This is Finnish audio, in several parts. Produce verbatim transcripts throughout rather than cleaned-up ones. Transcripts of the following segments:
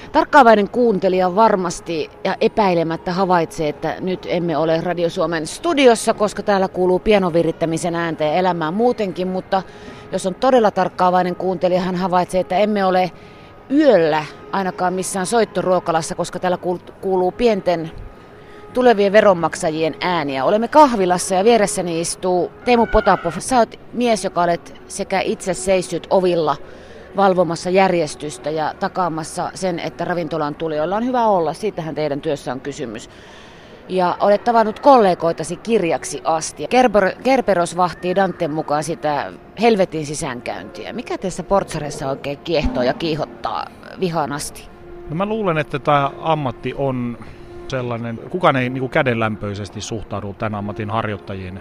Tarkkaavainen kuuntelija varmasti ja epäilemättä havaitsee, että nyt emme ole Radio Suomen studiossa, koska täällä kuuluu pianovirittämisen ääntä ja elämää muutenkin, mutta jos on todella tarkkaavainen kuuntelija, hän havaitsee, että emme ole yöllä ainakaan missään soittoruokalassa, koska täällä kuuluu pienten tulevien veronmaksajien ääniä. Olemme kahvilassa ja vieressäni istuu Teemu Potapov. Sä oot mies, joka olet sekä itse seissyt ovilla valvomassa järjestystä ja takaamassa sen, että ravintolan tulijoilla on hyvä olla. Siitähän teidän työssä on kysymys. Ja olet tavannut kollegoitasi kirjaksi asti. Gerber, Gerberos vahtii Danten mukaan sitä helvetin sisäänkäyntiä. Mikä teissä portsareissa oikein kiehtoo ja kiihottaa vihaan asti? No mä luulen, että tämä ammatti on sellainen, kukaan ei niin kuin kädenlämpöisesti suhtaudu tämän ammatin harjoittajiin.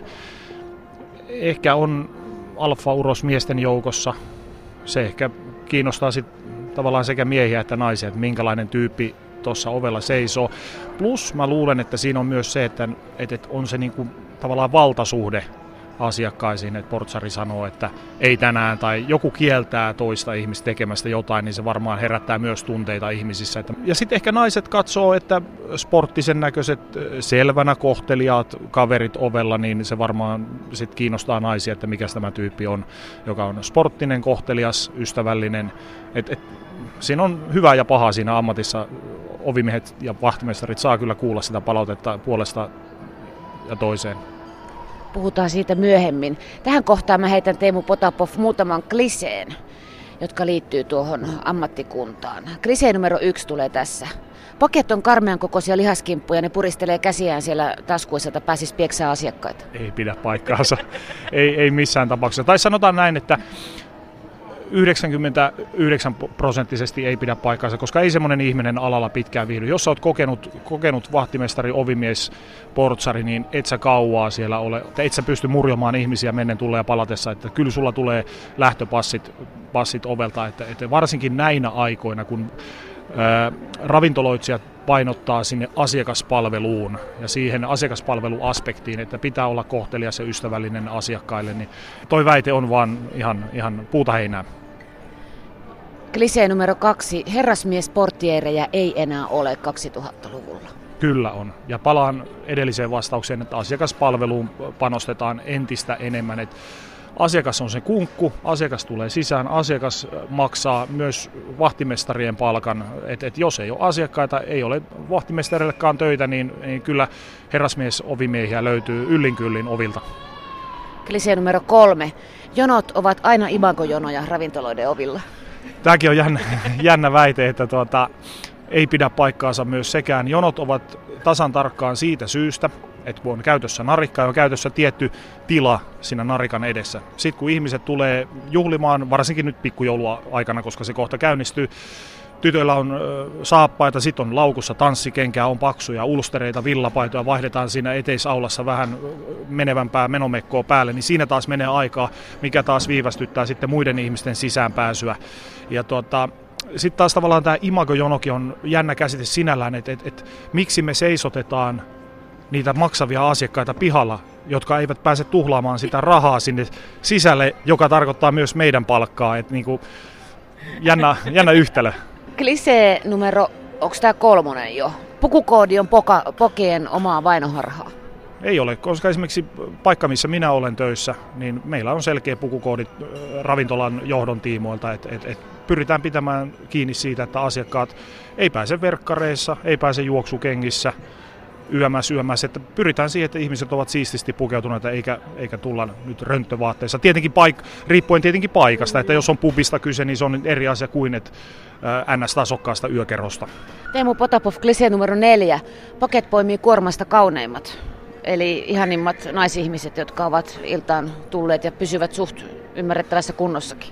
Ehkä on alfa-uros miesten joukossa. Se ehkä kiinnostaa sit tavallaan sekä miehiä että naisia, että minkälainen tyyppi tuossa ovella seisoo. Plus mä luulen, että siinä on myös se, että, että on se niin kuin tavallaan valtasuhde asiakkaisiin, että portsari sanoo, että ei tänään tai joku kieltää toista ihmistä tekemästä jotain, niin se varmaan herättää myös tunteita ihmisissä. Ja sitten ehkä naiset katsoo, että sporttisen näköiset, selvänä kohteliaat kaverit ovella, niin se varmaan sit kiinnostaa naisia, että mikä tämä tyyppi on, joka on sporttinen, kohtelias, ystävällinen. Et, et, siinä on hyvää ja pahaa siinä ammatissa. Ovimiehet ja vahtimestarit saa kyllä kuulla sitä palautetta puolesta ja toiseen. Puhutaan siitä myöhemmin. Tähän kohtaan mä heitän Teemu Potapov muutaman kliseen, jotka liittyy tuohon ammattikuntaan. Klisee numero yksi tulee tässä. Paket on karmean kokoisia lihaskimppuja, ne puristelee käsiään siellä taskuissa, että pääsis pieksää asiakkaita. Ei pidä paikkaansa. ei, ei missään tapauksessa. Tai sanotaan näin, että yhdeksänkymmentäyhdeksän prosenttisesti ei pidä paikkaansa, koska ei semmoinen ihminen alalla pitkään viihdy. Jos sä oot kokenut, kokenut vahtimestari, ovimies, portsari, niin et sä kauaa siellä ole. Et sä pysty murjomaan ihmisiä mennen tulee ja palatessa. Että kyllä sulla tulee lähtöpassit passit ovelta. Että, että varsinkin näinä aikoina, kun ää, ravintoloitsijat painottaa sinne asiakaspalveluun ja siihen asiakaspalveluaspektiin, että pitää olla kohtelias ja ystävällinen asiakkaille, niin toi väite on vaan ihan, ihan puuta heinää. Klisee numero kaksi. Herrasmiesportiereja ei enää ole kaksituhattaluvulla. Kyllä on. Ja palaan edelliseen vastaukseen, että asiakaspalveluun panostetaan entistä enemmän. Että asiakas on se kunkku, asiakas tulee sisään, asiakas maksaa myös vahtimestarien palkan. Et, et jos ei ole asiakkaita, ei ole vahtimestarillekaan töitä, niin, niin kyllä herrasmies-ovimiehiä löytyy yllin kyllin ovilta. Klisee numero kolme. Jonot ovat aina imagojonoja ravintoloiden ovilla. Tämäkin on jännä, jännä väite, että tuota, ei pidä paikkaansa myös sekään. Jonot ovat tasan tarkkaan siitä syystä, että kun on käytössä narikka ja on käytössä tietty tila siinä narikan edessä. Sitten kun ihmiset tulee juhlimaan, varsinkin nyt pikkujoulua aikana, koska se kohta käynnistyy, tytöillä on saappaita, sitten on laukussa tanssikenkää, on paksuja ulstereita, villapaitoja, vaihdetaan siinä eteisaulassa vähän menevämpää menomekkoa päälle, niin siinä taas menee aikaa, mikä taas viivästyttää sitten muiden ihmisten sisäänpääsyä. Ja tuota, sitten taas tavallaan tämä imagojonokin on jännä käsite sinällään, että, että, että miksi me seisotetaan niitä maksavia asiakkaita pihalla, jotka eivät pääse tuhlaamaan sitä rahaa sinne sisälle, joka tarkoittaa myös meidän palkkaa. Että niin kuin jännä, jännä yhtälö. Klisee numero, onko tämä kolmonen jo? Pukukoodi on poka, pokien omaa vainoharhaa. Ei ole, koska esimerkiksi paikka, missä minä olen töissä, niin meillä on selkeä pukukoodi ravintolan johdon tiimoilta, että et, et pyritään pitämään kiinni siitä, että asiakkaat ei pääse verkkareissa, ei pääse juoksukengissä, yömässä, yömässä, että pyritään siihen, että ihmiset ovat siististi pukeutuneita eikä, eikä tulla nyt rönttövaatteissa. Tietenkin paik- riippuen tietenkin paikasta, että jos on pubista kyse, niin se on eri asia kuin että N S-tasokkaasta yökerrosta. Teemu Potapov, klisee numero neljä. Paket poimii kuormasta kauneimmat, eli ihanimmat naisihmiset, jotka ovat iltaan tulleet ja pysyvät suht ymmärrettävässä kunnossakin.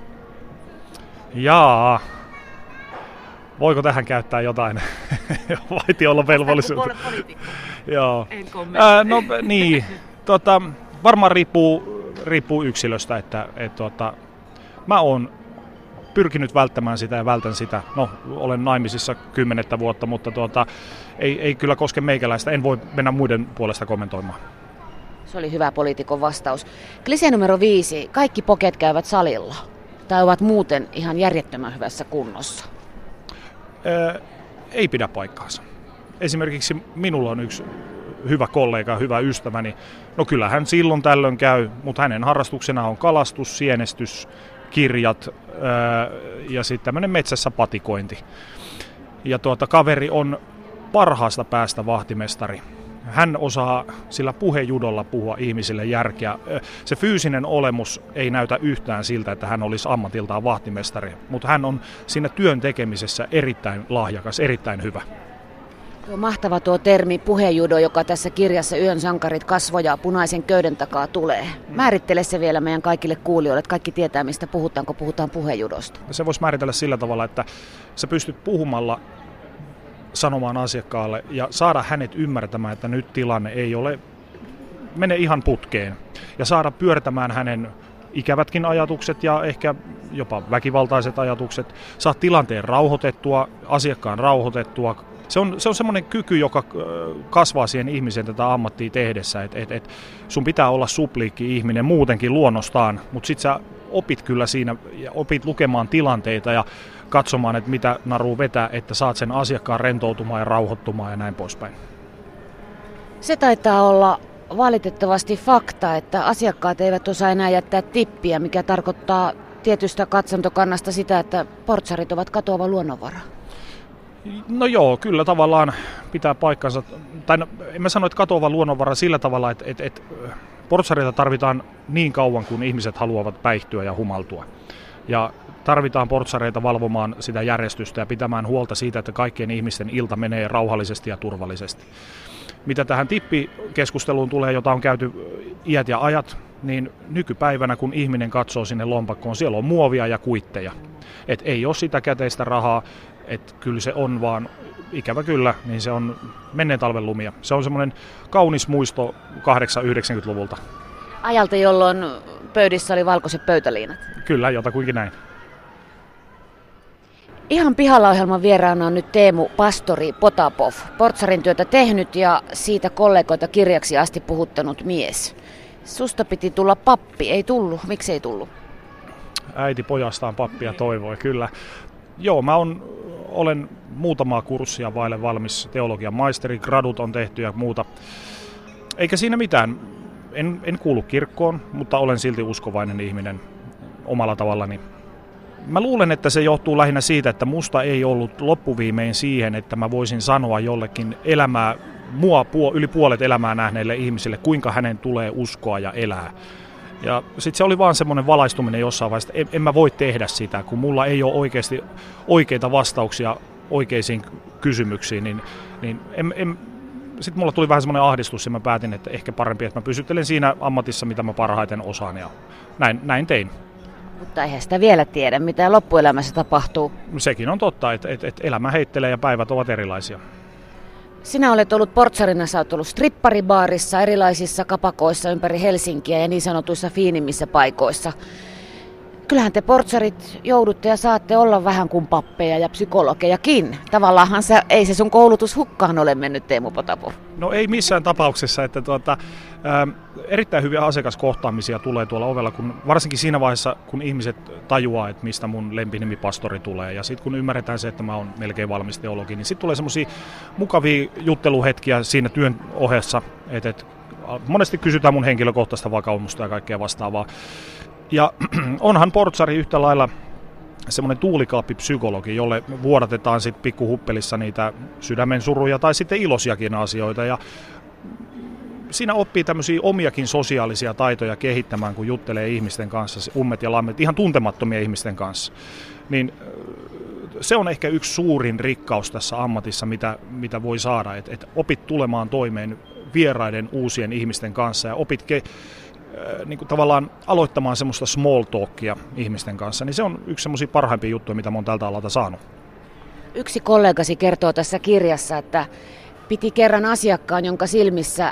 Jaa. Voiko tähän käyttää jotain vaitiolovelvollisuutta? Joo. En kommentoi. Äh, no niin, tota, varmaan riippuu, riippuu yksilöstä, että et, tota, mä oon pyrkinyt välttämään sitä ja vältän sitä. No, olen naimisissa kymmenettä vuotta, mutta tuota, ei, ei kyllä koske meikäläistä. En voi mennä muiden puolesta kommentoimaan. Se oli hyvä poliitikon vastaus. Klisee numero viisi. Kaikki poket käyvät salilla tai ovat muuten ihan järjettömän hyvässä kunnossa. Ää, ei pidä paikkaansa. Esimerkiksi minulla on yksi hyvä kollega, hyvä ystäväni. No kyllä hän silloin tällöin käy, mutta hänen harrastuksena on kalastus, sienestys, kirjat ää, ja sitten tämmöinen metsässä patikointi. Ja tuota, kaveri on parhaasta päästä vahtimestari. Hän osaa sillä puhejudolla puhua ihmisille järkeä. Se fyysinen olemus ei näytä yhtään siltä, että hän olisi ammatiltaan vahtimestari, mutta hän on siinä työn tekemisessä erittäin lahjakas, erittäin hyvä. Tuo mahtava tuo termi puhejudo, joka tässä kirjassa Yön sankarit kasvoja punaisen köyden takaa tulee. Määrittele se vielä meidän kaikille kuulijoille, että kaikki tietää, mistä puhutaan, kun puhutaan puhejudosta. Se voisi määritellä sillä tavalla, että sä pystyt puhumalla sanomaan asiakkaalle ja saada hänet ymmärtämään, että nyt tilanne ei ole, mene ihan putkeen. Ja saada pyörtämään hänen ikävätkin ajatukset ja ehkä jopa väkivaltaiset ajatukset. Saat tilanteen rauhoitettua, asiakkaan rauhoitettua. Se on, se on semmoinen kyky, joka kasvaa siihen ihmiseen tätä ammattia tehdessä. Et, et, et sun pitää olla supliikki ihminen muutenkin luonnostaan, mutta sit sä opit kyllä siinä ja opit lukemaan tilanteita ja katsomaan, että mitä naru vetää, että saat sen asiakkaan rentoutumaan ja rauhoittumaan ja näin poispäin. Se taitaa olla valitettavasti fakta, että asiakkaat eivät osaa enää jättää tippiä, mikä tarkoittaa tietystä katsantokannasta sitä, että portsarit ovat katoava luonnonvara. No joo, kyllä tavallaan pitää paikkansa. Tai no, en mä sano, että katoava luonnonvara sillä tavalla, että, että, että portsareita tarvitaan niin kauan, kun ihmiset haluavat päihtyä ja humaltua. Ja tarvitaan portsareita valvomaan sitä järjestystä ja pitämään huolta siitä, että kaikkien ihmisten ilta menee rauhallisesti ja turvallisesti. Mitä tähän tippikeskusteluun tulee, jota on käyty iät ja ajat, niin nykypäivänä kun ihminen katsoo sinne lompakkoon, siellä on muovia ja kuitteja. Et ei ole sitä käteistä rahaa, että kyllä se on vaan, ikävä kyllä, niin se on menneen talven lumia. Se on semmoinen kaunis muisto kahdeksankymmentä-yhdeksänkymmentäluvulta. Ajalta, jolloin pöydissä oli valkoiset pöytäliinat. Kyllä, jotakuinkin näin. Ihan pihalla ohjelman vieraana on nyt Teemu Pastori Potapov, portsarin työtä tehnyt ja siitä kollegoita kirjaksi asti puhuttanut mies. Susta piti tulla pappi, ei tullut. Miksi ei tullut? Äiti pojastaan pappia toivoi, kyllä. Joo, mä on, olen muutamaa kurssia vaille valmis teologian maisteri, gradut on tehty ja muuta. Eikä siinä mitään. En, en kuulu kirkkoon, mutta olen silti uskovainen ihminen omalla tavallani. Mä luulen, että se johtuu lähinnä siitä, että musta ei ollut loppuviimein siihen, että mä voisin sanoa jollekin elämää, mua yli puolet elämää nähneille ihmisille, kuinka hänen tulee uskoa ja elää. Ja sitten se oli vaan semmoinen valaistuminen jossain vaiheessa, että en, en mä voi tehdä sitä, kun mulla ei ole oikeasti oikeita vastauksia oikeisiin kysymyksiin, niin, niin en, en, sitten mulla tuli vähän semmoinen ahdistus ja mä päätin, että ehkä parempi, että mä pysyttelen siinä ammatissa, mitä mä parhaiten osaan ja näin, näin tein. Mutta eihän sitä vielä tiedä, mitä loppuelämässä tapahtuu. Sekin on totta, että, että, että elämä heittelee ja päivät ovat erilaisia. Sinä olet ollut portsarina, sä olet ollut stripparibaarissa, erilaisissa kapakoissa ympäri Helsinkiä ja niin sanotuissa fiinimmissä paikoissa. Kyllähän te portsarit joudutte ja saatte olla vähän kuin pappeja ja psykologejakin. Tavallaanhan se, ei se sun koulutus hukkaan ole mennyt, Teemu Potapov. No ei missään tapauksessa, että tuota, ää, erittäin hyviä asiakaskohtaamisia tulee tuolla ovella, kun, varsinkin siinä vaiheessa, kun ihmiset tajuaa, että mistä mun lempinimi pastori tulee. Ja sitten kun ymmärretään se, että mä oon melkein valmis teologi, niin sitten tulee semmoisia mukavia jutteluhetkiä siinä työn ohessa, että et, monesti kysytään mun henkilökohtaista vakaumusta ja kaikkea vastaavaa. Ja onhan portsari yhtä lailla semmoinen tuulikaappipsykologi, jolle vuodatetaan sitten pikkuhuppelissa niitä sydämen suruja tai sitten ilosiakin asioita. Ja siinä oppii tämmöisiä omiakin sosiaalisia taitoja kehittämään, kun juttelee ihmisten kanssa, ummet ja lammet, ihan tuntemattomia ihmisten kanssa. Niin se on ehkä yksi suurin rikkaus tässä ammatissa, mitä, mitä voi saada, että et opit tulemaan toimeen vieraiden uusien ihmisten kanssa ja opit ke- niin kuin tavallaan aloittamaan semmoista small talkia ihmisten kanssa, niin se on yksi semmoisia parhaimpia juttuja, mitä mä oon tältä alalta saanut. Yksi kollegasi kertoo tässä kirjassa, että piti kerran asiakkaan, jonka silmissä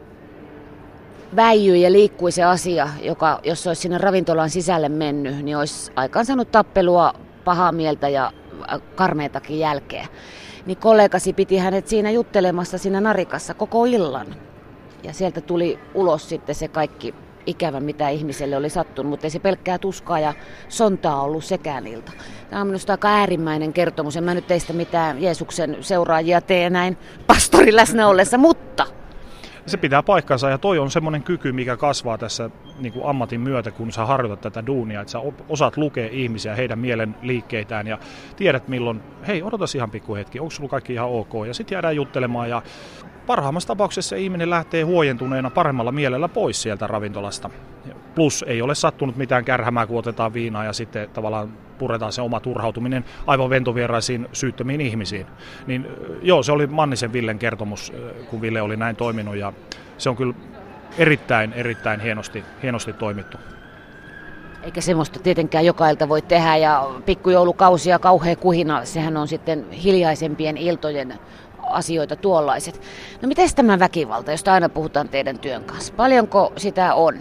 väijyi ja liikkui se asia, joka, jos olisi sinne ravintolan sisälle mennyt, niin olisi aikaansaanut tappelua, pahaa mieltä ja karmeetakin jälkeä. Niin kollegasi piti hänet siinä juttelemassa siinä narikassa koko illan. Ja sieltä tuli ulos sitten se kaikki ikävä, mitä ihmiselle oli sattunut, mutta ei se pelkkää tuskaa ja sontaa ollut sekään ilta. Tämä on minusta aika äärimmäinen kertomus. En mä nyt teistä mitään Jeesuksen seuraajia tee näin pastorin läsnä ollessa, mutta... Se pitää paikkansa ja toi on semmoinen kyky, mikä kasvaa tässä niin kuin ammatin myötä, kun sä harjoitat tätä duunia, että sä osaat lukea ihmisiä, heidän mielen liikkeitään ja tiedät milloin, hei odotas ihan pikku hetki, onko sulla kaikki ihan ok ja sitten jäädään juttelemaan ja parhaimmassa tapauksessa ihminen lähtee huojentuneena paremmalla mielellä pois sieltä ravintolasta. Plus ei ole sattunut mitään kärhämää, kun otetaan viinaa ja sitten tavallaan puretaan se oma turhautuminen aivan ventovieraisiin syyttömiin ihmisiin. Niin joo, se oli Mannisen Villen kertomus, kun Ville oli näin toiminut ja se on kyllä erittäin, erittäin hienosti, hienosti toimittu. Eikä semmoista tietenkään jokailta voi tehdä ja pikkujoulukausi ja kauhea kuhina, sehän on sitten hiljaisempien iltojen asioita tuollaiset. No miten tämä väkivalta, josta aina puhutaan teidän työn kanssa? Paljonko sitä on?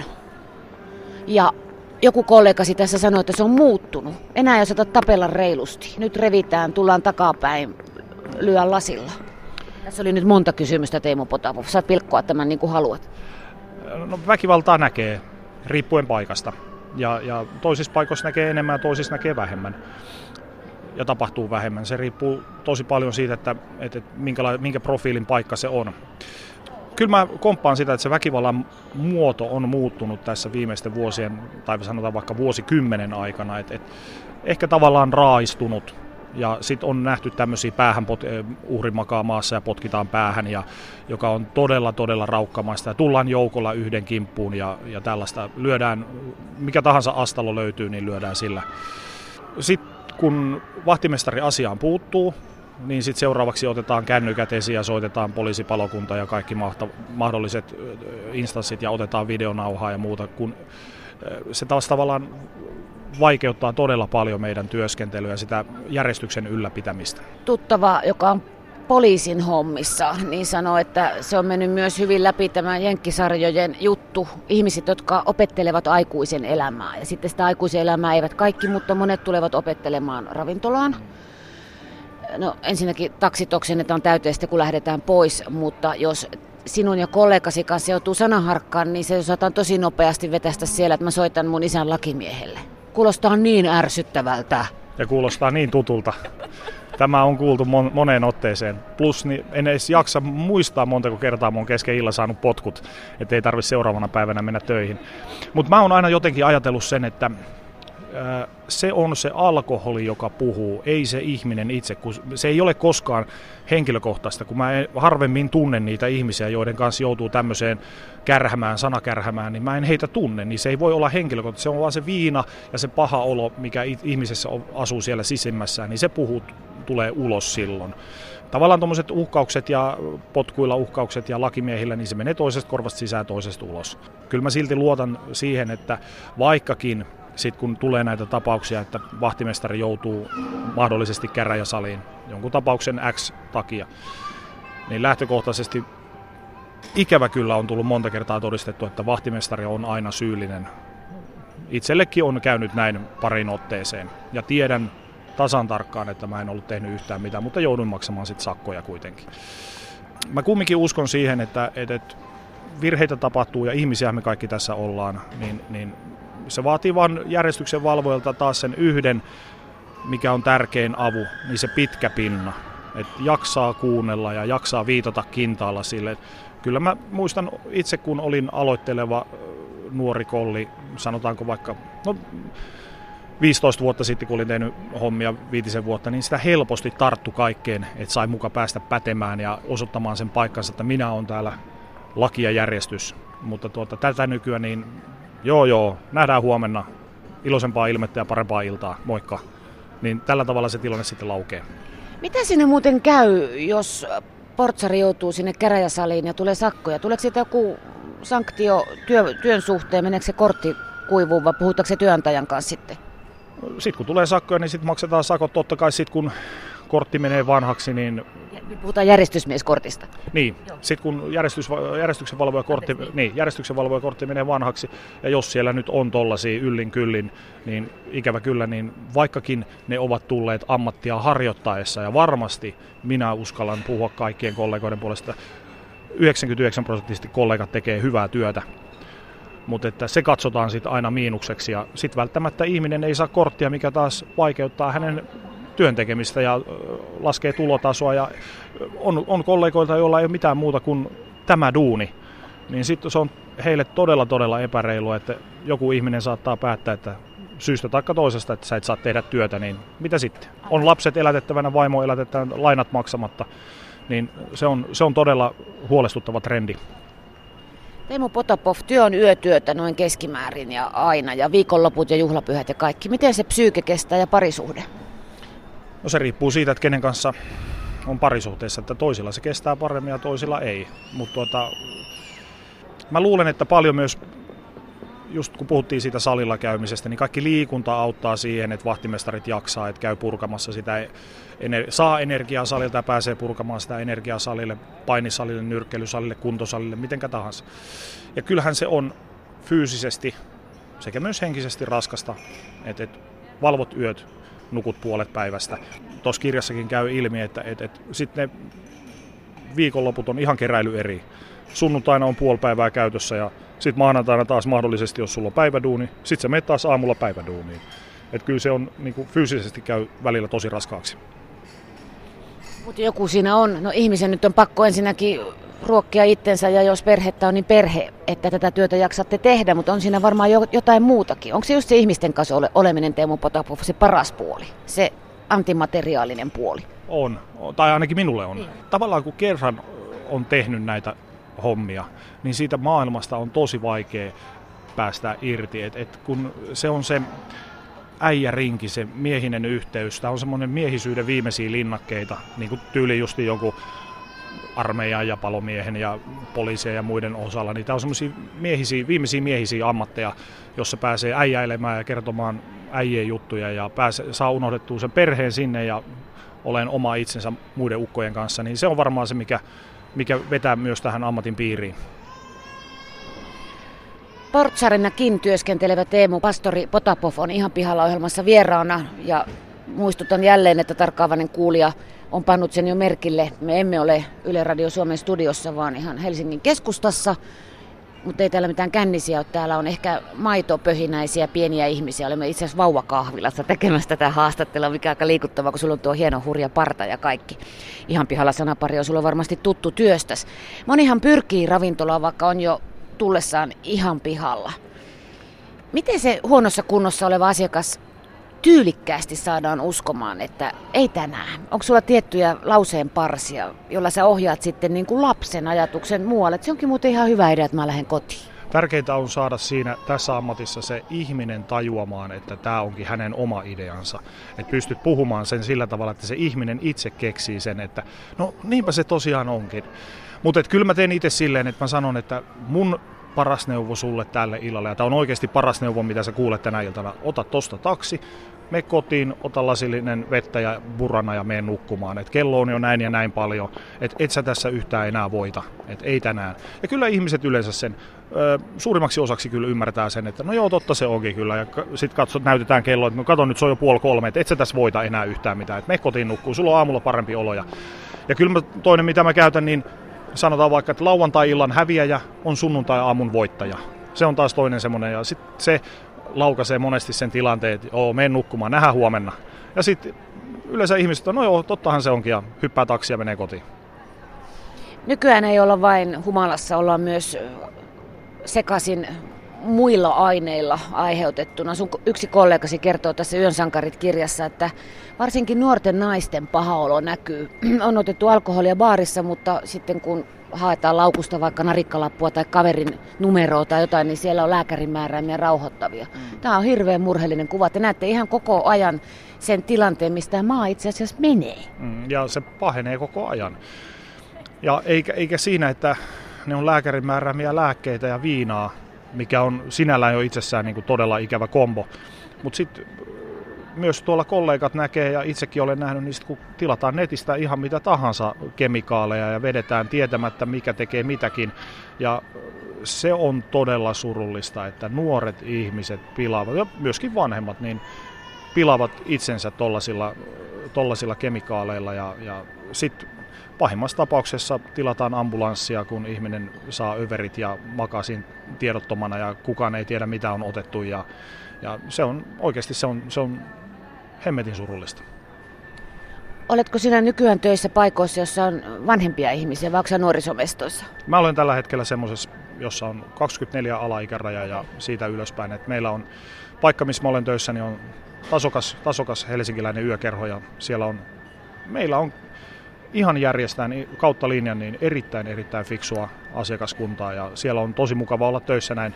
Ja joku kollegasi tässä sanoi, että se on muuttunut. Enää ei osata tapella reilusti. Nyt revitään, tullaan takapäin, lyö lasilla. Tässä oli nyt monta kysymystä, Teemu Potapov. Saat pilkkoa tämän niin kuin haluat. No, väkivaltaa näkee, riippuen paikasta. Ja, ja toisissa paikoissa näkee enemmän ja toisissa näkee vähemmän. Ja tapahtuu vähemmän. Se riippuu tosi paljon siitä, että, että minkä, minkä profiilin paikka se on. Kyllä mä komppaan sitä, että se väkivallan muoto on muuttunut tässä viimeisten vuosien, tai sanotaan vaikka vuosikymmenen aikana. Et, et ehkä tavallaan raaistunut ja sitten on nähty tämmöisiä päähän, uhri makaa maassa ja potkitaan päähän, ja, joka on todella todella raukkamaista. Ja tullaan joukolla yhden kimppuun ja, ja tällaista lyödään, mikä tahansa astalo löytyy, niin lyödään sillä. Sitten kun vahtimestari asiaan puuttuu, niin sitten seuraavaksi otetaan kännykät esiin ja soitetaan poliisipalokunta ja kaikki mahdolliset instanssit ja otetaan videonauhaa ja muuta, kun se taas tavallaan vaikeuttaa todella paljon meidän työskentelyä ja sitä järjestyksen ylläpitämistä. Tuttava, joka on poliisin hommissa, niin sanoo, että se on mennyt myös hyvin läpi tämä jenkkisarjojen juttu. Ihmiset, jotka opettelevat aikuisen elämää. Ja sitten sitä aikuisen elämää eivät kaikki, mutta monet tulevat opettelemaan ravintolaan. No ensinnäkin taksit oksennetaan täyteen sitten, kun lähdetään pois, mutta jos sinun ja kollegasi kanssa joutuu sanaharkkaan, niin se osataan tosi nopeasti vetästä siellä, että mä soitan mun isän lakimiehelle. Kuulostaa niin ärsyttävältä. Ja kuulostaa niin tutulta. Tämä on kuultu mon- moneen otteeseen. Plus niin en edes jaksa muistaa montako kertaa mä oon kesken illan saanut potkut, ettei tarvitse seuraavana päivänä mennä töihin. Mutta mä oon aina jotenkin ajatellut sen, että ää, se on se alkoholi, joka puhuu, ei se ihminen itse. Kun se ei ole koskaan henkilökohtaista, kun mä harvemmin tunnen niitä ihmisiä, joiden kanssa joutuu tämmöiseen kärhämään, sanakärhämään, niin mä en heitä tunne, niin se ei voi olla henkilökohtaista. Se on vaan se viina ja se paha olo, mikä ihmisessä asuu siellä sisimmässään, niin se puhuu, tulee ulos silloin. Tavallaan tuommoiset uhkaukset ja potkuilla uhkaukset ja lakimiehillä, niin se menee toisesta korvasta sisään, toisesta ulos. Kyllä mä silti luotan siihen, että vaikkakin sitten kun tulee näitä tapauksia, että vahtimestari joutuu mahdollisesti käräjäsaliin jonkun tapauksen X takia, niin lähtökohtaisesti ikävä kyllä on tullut monta kertaa todistettu, että vahtimestari on aina syyllinen. Itsellekin on käynyt näin parin otteeseen ja tiedän tasan tarkkaan, että mä en ollut tehnyt yhtään mitään, mutta jouduin maksamaan sitten sakkoja kuitenkin. Mä kumminkin uskon siihen, että, että virheitä tapahtuu ja ihmisiä me kaikki tässä ollaan, niin, niin se vaatii vaan järjestyksen valvojalta taas sen yhden, mikä on tärkein avu, niin se pitkä pinna. Että jaksaa kuunnella ja jaksaa viitata kintaalla sille. Kyllä mä muistan itse, kun olin aloitteleva nuori kolli, sanotaanko vaikka no, viisitoista vuotta sitten, kun olin tehnyt hommia viitisen vuotta, niin sitä helposti tarttu kaikkeen, että sai muka päästä pätemään ja osoittamaan sen paikkansa, että minä olen täällä laki ja järjestys. Mutta tuota, tätä nykyään niin joo joo, nähdään huomenna, iloisempaa ilmettä ja parempaa iltaa, moikka. Niin tällä tavalla se tilanne sitten laukee. Mitä sinne muuten käy, jos portsari joutuu sinne käräjäsaliin ja tulee sakkoja? Tuleeko siitä joku sanktio työ, työn suhteen, meneekö se kortti kuivuun vai puhutaanko se työnantajan kanssa sitten? Sitten kun tulee sakkoja, niin sitten maksetaan sakot totta kai sitten kun kortti menee vanhaksi, niin puhutaan järjestysmieskortista. Niin, sitten kun järjestys, järjestyksenvalvojakortti, niin, järjestyksenvalvojakortti menee vanhaksi, ja jos siellä nyt on tollaisia yllin kyllin, niin ikävä kyllä, niin vaikkakin ne ovat tulleet ammattia harjoittaessa, ja varmasti minä uskallan puhua kaikkien kollegoiden puolesta, yhdeksänkymmentäyhdeksän prosenttisesti kollegat tekee hyvää työtä, mutta että se katsotaan sitten aina miinukseksi ja sitten välttämättä ihminen ei saa korttia, mikä taas vaikeuttaa hänen työntekemistä ja laskee tulotasoa ja on, on kollegoilta, joilla ei ole mitään muuta kuin tämä duuni, niin sitten se on heille todella todella epäreilua, että joku ihminen saattaa päättää, että syystä tai toisesta, että sä et saa tehdä työtä, niin mitä sitten? On lapset elätettävänä, vaimo elätettävänä, lainat maksamatta, niin se on, se on todella huolestuttava trendi. Teemu Potapov, työ on yötyötä noin keskimäärin ja aina, ja viikonloput ja juhlapyhät ja kaikki. Miten se psyyke kestää ja parisuhde? No se riippuu siitä, että kenen kanssa on parisuhteessa, että toisilla se kestää paremmin ja toisilla ei. Mutta tuota, mä luulen, että paljon myös, just kun puhuttiin siitä salilla käymisestä, niin kaikki liikunta auttaa siihen, että vahtimestarit jaksaa, että käy purkamassa sitä, saa energiaa salilta ja pääsee purkamaan sitä energiaa salille, painisalille, nyrkkeilysalille, kuntosalille, mitenkä tahansa. Ja kyllähän se on fyysisesti sekä myös henkisesti raskasta, että, että valvot yöt, nukut puolet päivästä. Tuossa kirjassakin käy ilmi, että, että, että sitten ne viikonloput on ihan keräily eri. Sunnuntaina on puoli päivää käytössä ja sitten maanantaina taas mahdollisesti, jos sulla on päiväduuni, sitten sä menet taas aamulla päiväduuniin. Että kyllä se on niin kuin fyysisesti käy välillä tosi raskaaksi. Mutta joku siinä on, no ihmisen nyt on pakko ensinnäkin ruokkia itsensä ja jos perhettä on, niin perhe, että tätä työtä jaksatte tehdä, mutta on siinä varmaan jotain muutakin. Onko se just se ihmisten kanssa ole, oleminen, Teemu Potapov, se paras puoli, se antimateriaalinen puoli? On, tai ainakin minulle on. Niin. Tavallaan kun kerran on tehnyt näitä hommia, niin siitä maailmasta on tosi vaikea päästä irti. Et, et kun se on se äijärinki, se miehinen yhteys, tämä on semmoinen miehisyyden viimeisiä linnakkeita, niin kuin tyyli justi joku armeijan ja palomiehen ja poliisien ja muiden osalla, niin tämä on semmoisia miehisiä, viimeisiä miehisiä ammatteja, jossa pääsee äijäilemään ja kertomaan äijien juttuja ja pääsee, saa unohdettua sen perheen sinne ja olen oma itsensä muiden ukkojen kanssa, niin se on varmaan se, mikä, mikä vetää myös tähän ammatin piiriin. Portsarinakin työskentelevä Teemu Pastori Potapov on ihan pihalla ohjelmassa vieraana ja muistutan jälleen, että tarkkaavainen kuulija on pannut sen jo merkille. Me emme ole Yle Radio Suomen studiossa, vaan ihan Helsingin keskustassa, mutta ei täällä mitään kännisiä ole. Täällä on ehkä maitopöhinäisiä pieniä ihmisiä. Olemme itse asiassa vauvakahvilassa tekemässä tätä haastattelua, mikä on aika liikuttavaa, kun sulla on tuo hieno hurja parta ja kaikki. Ihan pihalla sanapari on sulla varmasti tuttu työstäs. Monihan pyrkii ravintolaan, vaikka on jo tullessaan ihan pihalla. Miten se huonossa kunnossa oleva asiakas tyylikkäästi saadaan uskomaan, että ei tänään? Onko sulla tiettyjä lauseen parsia, jolla sä ohjaat sitten niin kuin lapsen ajatuksen muualle? Että se onkin muuten ihan hyvä idea, että mä lähden kotiin. Tärkeintä on saada siinä tässä ammatissa se ihminen tajuamaan, että tämä onkin hänen oma ideansa. Että pystyt puhumaan sen sillä tavalla, että se ihminen itse keksii sen, että no niinpä se tosiaan onkin. Mutta kyllä mä teen itse silleen, että mä sanon, että mun paras neuvo sulle tälle illalle, ja tämä on oikeasti paras neuvo, mitä sä kuulet tänä iltana. Ota tosta taksi, me kotiin, ota lasillinen vettä ja burrana ja mene nukkumaan. Et kello on jo näin ja näin paljon, että et sä tässä yhtään enää voita, et ei tänään. Ja kyllä ihmiset yleensä sen ö, suurimmaksi osaksi kyllä ymmärtää sen, että no joo, totta se onkin kyllä. Ja sitten katsot, näytetään kello, että no kato nyt se on jo puoli kolme, että et sä tässä voita enää yhtään mitään. Et me kotiin nukkuu, sulla on aamulla parempi olo. Ja, ja kyllä mä, toinen mitä mä käytän, niin sanotaan vaikka, että lauantai-illan häviäjä on sunnuntai-aamun voittaja. Se on taas toinen semmoinen, ja sitten se laukaisee monesti sen tilanteen, että oo, mene nukkumaan, nähdään huomenna. Ja sitten yleensä ihmiset on, no joo, tottahan se onkin, ja hyppää taksia ja menee kotiin. Nykyään ei olla vain humalassa, ollaan myös sekaisin muilla aineilla aiheutettuna. Sun yksi kollegasi kertoo tässä Yön sankarit-kirjassa, että varsinkin nuorten naisten paha olo näkyy. On otettu alkoholia baarissa, mutta sitten kun haetaan laukusta vaikka narikkalappua tai kaverin numeroa tai jotain, niin siellä on lääkärin määräämiä rauhoittavia. Mm. Tämä on hirveän murheellinen kuva. Te näette ihan koko ajan sen tilanteen, mistä tämä maa itse asiassa menee. Mm, ja se pahenee koko ajan. Ja eikä, eikä siinä, että ne on lääkärin määräämiä lääkkeitä ja viinaa, mikä on sinällään jo itsessään niin kuin todella ikävä kombo. Mutta sitten myös tuolla kollegat näkee, ja itsekin olen nähnyt, niin sit kun tilataan netistä ihan mitä tahansa kemikaaleja ja vedetään tietämättä, mikä tekee mitäkin. Ja se on todella surullista, että nuoret ihmiset pilaavat, ja myöskin vanhemmat, niin pilaavat itsensä tollasilla, tollasilla kemikaaleilla ja, ja sitten pahimmassa tapauksessa tilataan ambulanssia, kun ihminen saa överit ja makaa siinä tiedottomana ja kukaan ei tiedä mitä on otettu ja, ja se on oikeasti se on, se on hemmetin surullista. Oletko sinä nykyään töissä paikoissa, jossa on vanhempia ihmisiä, vai onko sinä nuorisomestoissa? Mä olen tällä hetkellä semmoisessa, jossa on kaksikymmentäneljä alaikäraja ja siitä ylöspäin. Et meillä on paikka, missä mä olen töissä, niin on tasokas, tasokas helsinkiläinen yökerho ja siellä on, meillä on ihan järjestään kautta linjan niin erittäin erittäin fiksua asiakaskuntaa ja siellä on tosi mukava olla töissä näin.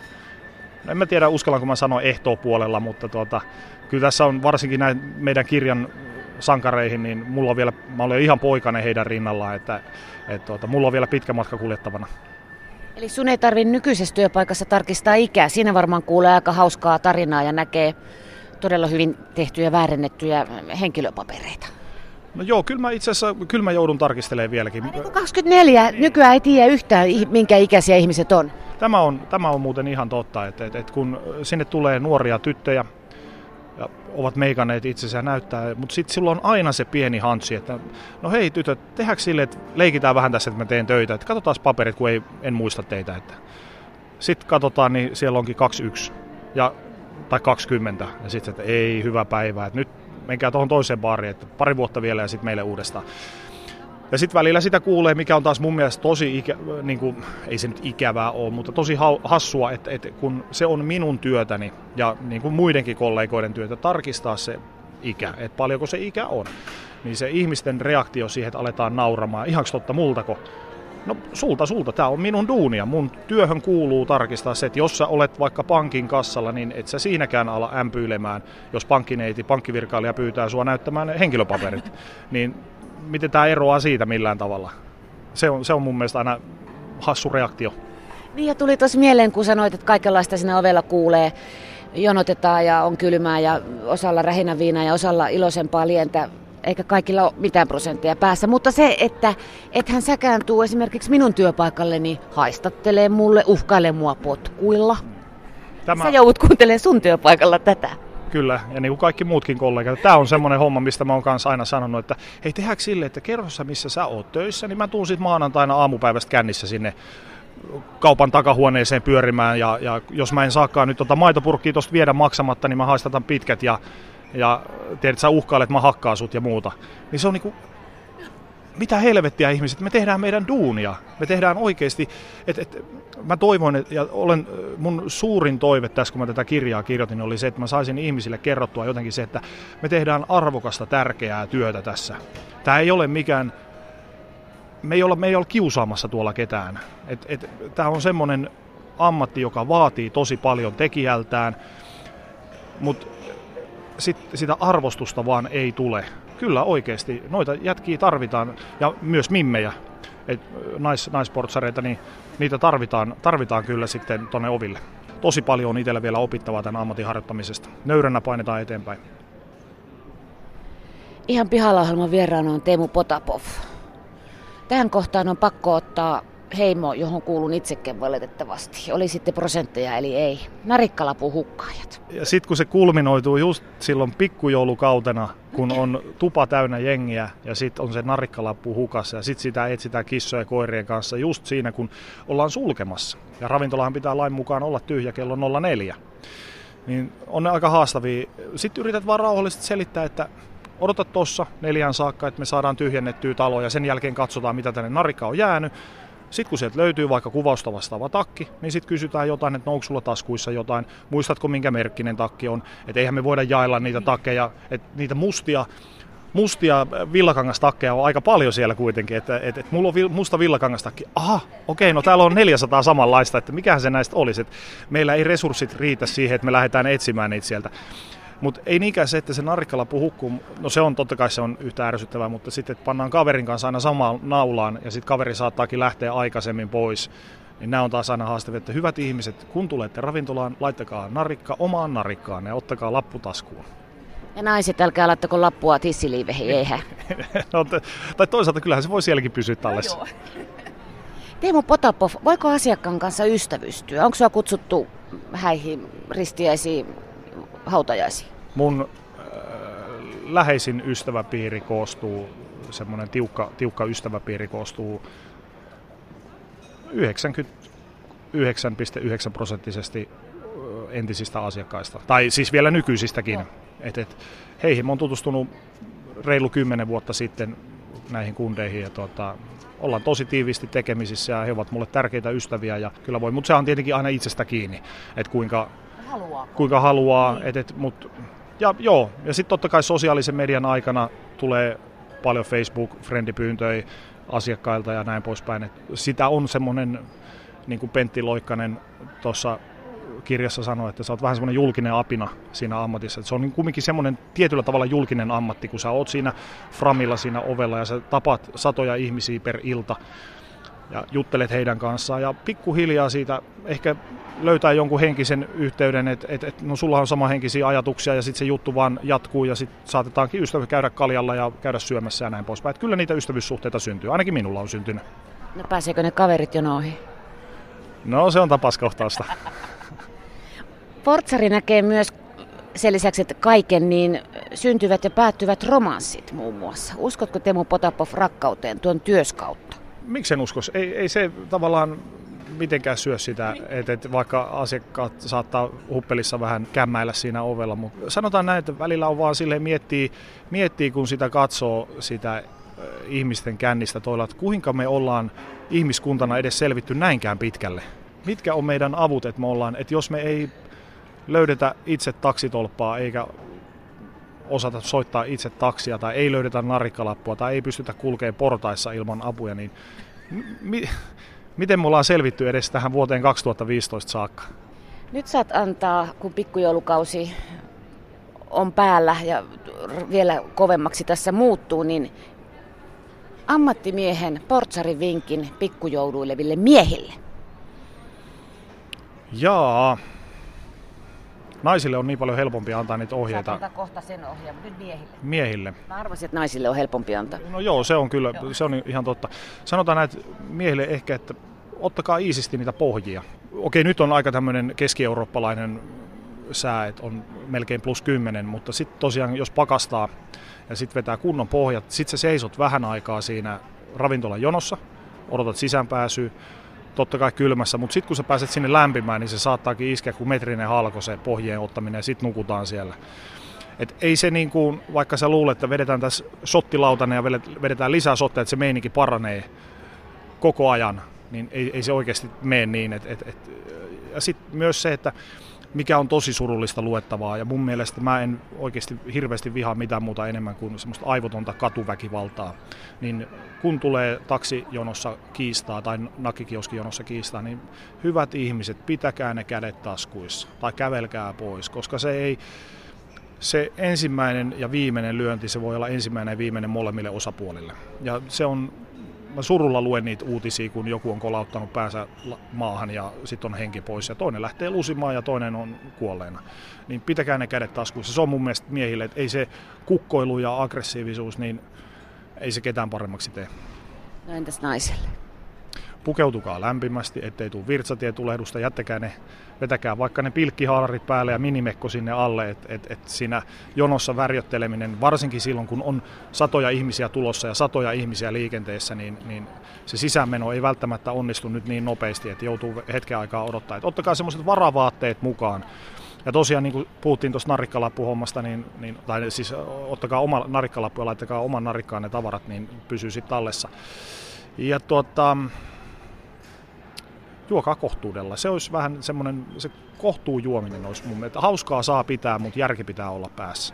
En mä tiedä uskallanko mä sanoa ehtoopuolella, mutta tuota, kyllä tässä on varsinkin näin meidän kirjan sankareihin, niin mulla on vielä, mä olen ihan poikainen heidän rinnallaan, että, että tuota, mulla on vielä pitkä matka kuljettavana. Eli sun ei tarvitse nykyisessä työpaikassa tarkistaa ikää. Siinä varmaan kuulee aika hauskaa tarinaa ja näkee todella hyvin tehtyjä väärennettyjä henkilöpapereita. No joo, kyllä mä itse asiassa kyllä mä joudun tarkistelemaan vieläkin. kaksikymmentäneljä, nykyään ei tiedä yhtään, minkä ikäisiä ihmiset on. Tämä on, tämä on muuten ihan totta, että, että, että kun sinne tulee nuoria tyttöjä, ja ovat meikanneet itsensä näyttää, mutta sitten silloin on aina se pieni hantsi, että no hei tytöt, tehdäänkö silleen, että leikitään vähän tässä, että mä teen töitä, että katsotaan paperit, kun ei, en muista teitä. Sitten katsotaan, niin siellä onkin kaksikymmentäyksi ja, tai kaksikymmentä ja sitten, että ei, hyvä päivä, että nyt menkää tuohon toiseen baariin, että pari vuotta vielä ja sitten meille uudestaan. Ja sitten välillä sitä kuulee, mikä on taas mun mielestä tosi, ikä, niin kuin, ei se nyt ikävää ole, mutta tosi hassua, että, että kun se on minun työtäni ja niin kuin muidenkin kollegoiden työtä tarkistaa se ikä, että paljonko se ikä on, niin se ihmisten reaktio siihen, että aletaan nauramaan, ihanko totta multako? No sulta, sulta, tämä on minun duunia. Mun työhön kuuluu tarkistaa se, että jos sä olet vaikka pankin kassalla, niin et sä siinäkään ala ämpyilemään, jos pankkineiti, pankkivirkailija pyytää sua näyttämään henkilöpaperit, niin miten tämä eroaa siitä millään tavalla? Se on, se on mun mielestä aina hassu reaktio. Niin ja tuli tuossa mieleen, kun sanoit, että kaikenlaista siinä ovella kuulee. Jonotetaan ja on kylmää ja osalla rähinäviinaa ja osalla iloisempaa lientä. Eikä kaikilla ole mitään prosenttia päässä. Mutta se, että ethän säkään tuu esimerkiksi minun työpaikalleni haistattelee mulle, uhkailee mua potkuilla. Tämä... Sä joudut kuuntelemaan sun työpaikalla tätä. Kyllä, ja niin kuin kaikki muutkin kollegat. Tämä on semmoinen homma, mistä mä oon kanssa aina sanonut, että hei, tehdäänkö silleen, että kerrossa missä sä oot töissä, niin mä tuun sit maanantaina aamupäivästä kännissä sinne kaupan takahuoneeseen pyörimään, ja, ja jos mä en saakaan nyt tota maitopurkkia tosta viedä maksamatta, niin mä haistatan pitkät, ja, ja tiedät, sä uhkailet, mä hakkaan sut ja muuta. Niin se on niinku, mitä helvettiä ihmiset, me tehdään meidän duunia, me tehdään oikeasti, että et, mä toivon, et, ja olen, mun suurin toive tässä, kun mä tätä kirjaa kirjoitin, oli se, että mä saisin ihmisille kerrottua jotenkin se, että me tehdään arvokasta, tärkeää työtä tässä. Tää ei ole mikään, me ei olla, me ei olla kiusaamassa tuolla ketään. Et, et, tää on semmoinen ammatti, joka vaatii tosi paljon tekijältään, mutta sit, sitä arvostusta vaan ei tule. Kyllä oikeasti, noita jätkiä tarvitaan, ja myös mimmejä, et, nais, naisportsareita, niin niitä tarvitaan, tarvitaan kyllä sitten tuonne oville. Tosi paljon on itsellä vielä opittavaa tämän ammatin harjoittamisesta. Nöyränä painetaan eteenpäin. Ihan pihalla ohjelman vieraana on Teemu Potapov. Tähän kohtaan on pakko ottaa heimo, johon kuulun itsekin valitettavasti. Oli sitten prosentteja eli ei. Narikkalapun hukkaajat. Ja sitten kun se kulminoituu just silloin pikkujoulukautena, kun on tupa täynnä jengiä ja sitten on se narikkalappu hukassa ja sitten sitä etsitään kissojen ja koirien kanssa just siinä, kun ollaan sulkemassa. Ja ravintolahan pitää lain mukaan olla tyhjä kello nolla neljä. Niin on ne aika haastavia. Sitten yrität vaan rauhallisesti selittää, että odota tuossa neljään saakka, että me saadaan tyhjennettyä taloa ja sen jälkeen katsotaan, mitä tänne narikka on jäänyt. Sitten kun sieltä löytyy vaikka kuvausta vastaava takki, niin sitten kysytään jotain, että onko sulla taskuissa jotain, muistatko minkä merkkinen takki on, että eihän me voida jaella niitä takkeja, että niitä mustia, mustia villakangastakkeja on aika paljon siellä kuitenkin, että, että, että mulla on musta villakangastakki, aha, okei, no täällä on neljäsataa samanlaista, että mikähän se näistä olisi, että meillä ei resurssit riitä siihen, että me lähdetään etsimään niitä sieltä. Mutta ei niinkään se, että se narikkalappu hukkuu, no se on totta kai se on yhtä ärsyttävää, mutta sitten että pannaan kaverin kanssa aina samaan naulaan ja sitten kaveri saattaakin lähteä aikaisemmin pois, niin nämä on taas aina haastavia, että hyvät ihmiset, kun tulette ravintolaan, laittakaa narikka omaan narikkaan ja ottakaa lappu taskuun. Ja naiset, älkää laittako lappua tissiliiveihin, eihän. No, tai toisaalta kyllähän se voi sielläkin pysyä tallessa. No, Teemu Potapov, voiko asiakkaan kanssa ystävystyä? Onko sinua kutsuttu häihin, ristiäisiin, hautajaisiin? Mun läheisin ystäväpiiri koostuu, semmoinen tiukka, tiukka ystäväpiiri koostuu yhdeksänkymmentäyhdeksän pilkku yhdeksän prosenttisesti entisistä asiakkaista, tai siis vielä nykyisistäkin. Et, et, heihin mä oon tutustunut reilu kymmenen vuotta sitten näihin kundeihin ja tuota, ollaan tosi tiiviisti tekemisissä ja he ovat mulle tärkeitä ystäviä ja kyllä voi, mutta se on tietenkin aina itsestä kiinni, että kuinka haluaa. Kuinka haluaa niin. et, et, mut, ja joo, ja sitten totta kai sosiaalisen median aikana tulee paljon Facebook-frendipyyntöjä asiakkailta ja näin poispäin. Et sitä on semmoinen, niin kuin Pentti Loikkanen tuossa kirjassa sanoi, että sä oot vähän semmoinen julkinen apina siinä ammatissa. Et se on niin kumminkin semmoinen tietyllä tavalla julkinen ammatti, kun sä oot siinä framilla siinä ovella ja sä tapaat satoja ihmisiä per ilta ja juttelet heidän kanssaan ja pikkuhiljaa siitä ehkä löytää jonkun henkisen yhteyden, että et, et, no sulla on samanhenkisiä ajatuksia ja sitten se juttu vaan jatkuu ja sitten saatetaankin ystävä käydä kaljalla ja käydä syömässä ja näin poispäin. Et kyllä niitä ystävyyssuhteita syntyy, ainakin minulla on syntynyt. No pääseekö ne kaverit jono ohi? No se on tapaskohtausta. Portsari näkee myös sen lisäksi, että kaiken niin syntyvät ja päättyvät romanssit muun muassa. Uskotko Teemu Potapov rakkauteen tuon työs kautta? Miksen uskos? Ei, ei se tavallaan mitenkään syö sitä, että, että vaikka asiakkaat saattaa huppelissa vähän kämmäillä siinä ovella, mutta sanotaan näin, että välillä on vaan silleen miettii, miettii kun sitä katsoo sitä ihmisten kännistä toilla, että kuinka me ollaan ihmiskuntana edes selvitty näinkään pitkälle. Mitkä on meidän avut, että me ollaan, että jos me ei löydetä itse taksitolppaa eikä osata soittaa itse taksia tai ei löydetä narikkalappua tai ei pystytä kulkemaan portaissa ilman apuja, niin mi- miten me ollaan selvitty edes tähän vuoteen kaksituhattaviisitoista saakka? Nyt saat antaa, kun pikkujoulukausi on päällä ja vielä kovemmaksi tässä muuttuu, niin ammattimiehen portsarin vinkin pikkujouluileville miehille. Jaa. Naisille on niin paljon helpompi antaa niitä ohjeita. Saat antaa kohta sen ohjeen, mutta nyt miehille. Miehille. Mä arvasin, että naisille on helpompi antaa. No joo, se on kyllä, joo. Se on ihan totta. Sanotaan näitä miehille ehkä, että ottakaa iisisti niitä pohjia. Okei, nyt on aika tämmöinen keski-eurooppalainen sää, että on melkein plus kymmenen, mutta sitten tosiaan jos pakastaa ja sitten vetää kunnon pohjat, sitten sä seisot vähän aikaa siinä ravintolan jonossa, odotat sisäänpääsyä. Totta kai kylmässä, mutta sitten kun sä pääset sinne lämpimään, niin se saattaakin iskeä kuin metrinen halko se pohjien ottaminen ja sitten nukutaan siellä. Et ei se niin kuin, vaikka sä luulet, että vedetään tässä shottilautanen ja vedetään lisää shotteja, että se meininki paranee koko ajan, niin ei, ei se oikeasti mene niin. Et, et, et, ja sitten myös se, että mikä on tosi surullista luettavaa ja mun mielestä mä en oikeasti hirveästi vihaa mitään muuta enemmän kuin semmoista aivotonta katuväkivaltaa. Niin kun tulee taksijonossa kiistaa tai nakkikioskijonossa kiistaa, niin hyvät ihmiset, pitäkää ne kädet taskuissa tai kävelkää pois, koska se ei, se ensimmäinen ja viimeinen lyönti, se voi olla ensimmäinen ja viimeinen molemmille osapuolille. Ja se on, mä surulla luen niitä uutisia, kun joku on kolauttanut päänsä maahan ja sitten on henki pois ja toinen lähtee lusimaan ja toinen on kuolleena. Niin pitäkää ne kädet taskuissa. Se on mun mielestä miehille, että ei se kukkoilu ja aggressiivisuus, niin ei se ketään paremmaksi tee. No entäs naiselle? Pukeutukaa lämpimästi, ettei tule virtsatietulehdusta, jättäkää ne, vetäkää vaikka ne pilkkihaalarit päälle ja minimekko sinne alle, että et, et siinä jonossa värjötteleminen, varsinkin silloin kun on satoja ihmisiä tulossa ja satoja ihmisiä liikenteessä, niin, niin se sisäänmeno ei välttämättä onnistu nyt niin nopeasti, että joutuu hetken aikaa odottaa. Et ottakaa semmoiset varavaatteet mukaan. Ja tosiaan niin kuin puhuttiin tuosta narikkalappuhommasta, niin, niin, tai siis ottakaa oma narikkalappu ja laittakaa oman narikkaan ne tavarat, niin pysyy sitten tallessa. Ja tuota, juokaa kohtuudella. Se olisi vähän semmoinen, se kohtuujuominen olisi mun mielestä. Hauskaa saa pitää, mutta järki pitää olla päässä.